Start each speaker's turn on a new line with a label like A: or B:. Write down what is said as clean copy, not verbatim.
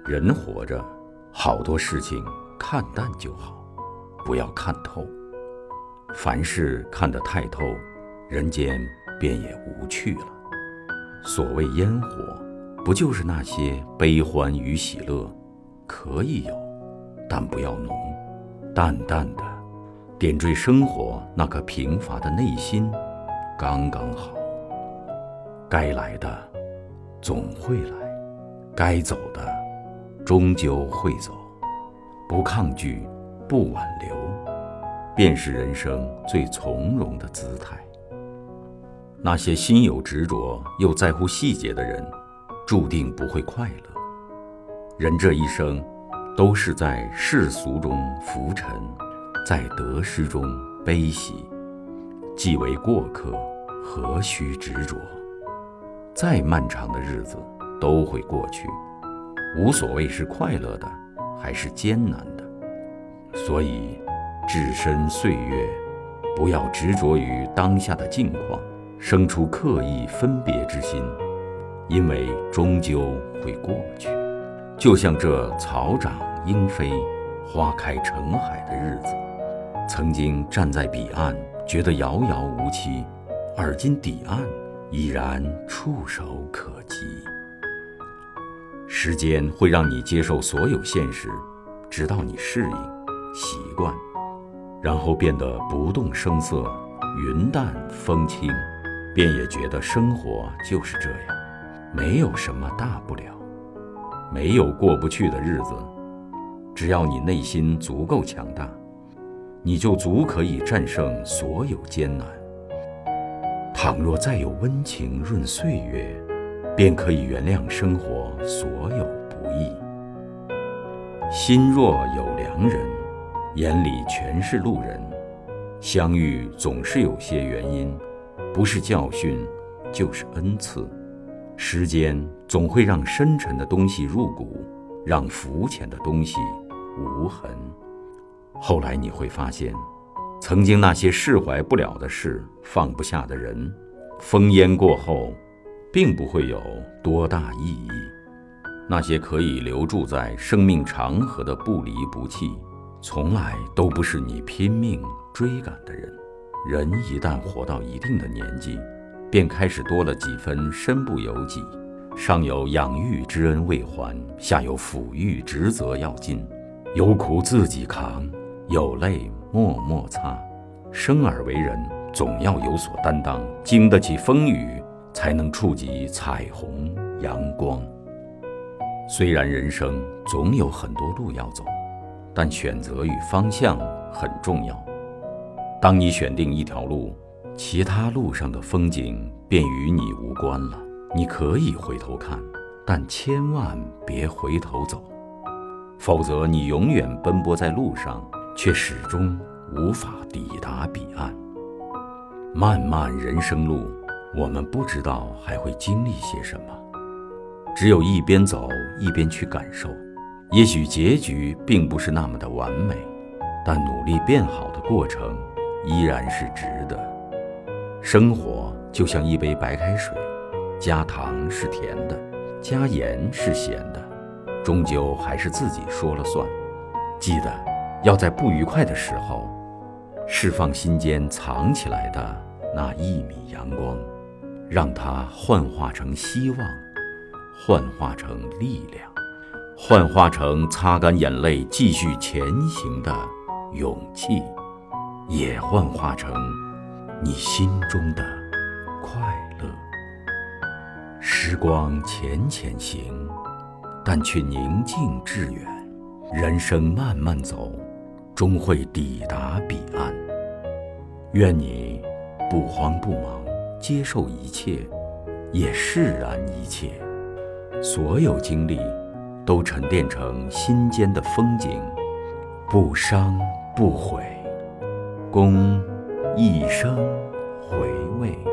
A: 人活着，好多事情看淡就好，不要看透。凡事看得太透，人间便也无趣了。所谓烟火，不就是那些悲欢与喜乐，可以有，但不要浓，淡淡的点缀生活那颗平凡的内心，刚刚好。该来的总会来，该走的终究会走，不抗拒，不挽留，便是人生最从容的姿态。那些心有执着又在乎细节的人，注定不会快乐。人这一生，都是在世俗中浮沉，在得失中悲喜，既为过客，何须执着？再漫长的日子都会过去，无所谓是快乐的还是艰难的。所以置身岁月，不要执着于当下的境况，生出刻意分别之心，因为终究会过去。就像这草长莺飞，花开成海的日子，曾经站在彼岸觉得遥遥无期，而今彼岸已然触手可及。时间会让你接受所有现实，直到你适应习惯，然后变得不动声色，云淡风轻，便也觉得生活就是这样，没有什么大不了，没有过不去的日子。只要你内心足够强大，你就足可以战胜所有艰难。倘若再有温情润岁月，便可以原谅生活所有不易。心若有良人，眼里全是路人。相遇总是有些原因，不是教训，就是恩赐。时间总会让深沉的东西入骨，让浮浅的东西无痕。后来你会发现，曾经那些释怀不了的事，放不下的人，烽烟过后并不会有多大意义。那些可以留住在生命长河的不离不弃，从来都不是你拼命追赶的人。人一旦活到一定的年纪，便开始多了几分身不由己，上有养育之恩未还，下有抚育职责要尽，有苦自己扛，有泪默默擦。生而为人，总要有所担当，经得起风雨，才能触及彩虹阳光。虽然人生总有很多路要走，但选择与方向很重要。当你选定一条路，其他路上的风景便与你无关了。你可以回头看，但千万别回头走，否则你永远奔波在路上，却始终无法抵达彼岸。漫漫人生路，我们不知道还会经历些什么，只有一边走一边去感受。也许结局并不是那么的完美，但努力变好的过程依然是值得。生活就像一杯白开水，加糖是甜的，加盐是咸的，终究还是自己说了算。记得要在不愉快的时候，释放心间藏起来的那一米阳光，让它幻化成希望，幻化成力量，幻化成擦干眼泪继续前行的勇气，也幻化成你心中的快乐。时光浅浅行，但却宁静致远。人生慢慢走，终会抵达彼岸。愿你不慌不忙，接受一切，也释然一切。所有经历都沉淀成心间的风景，不伤不悔，供一生回味。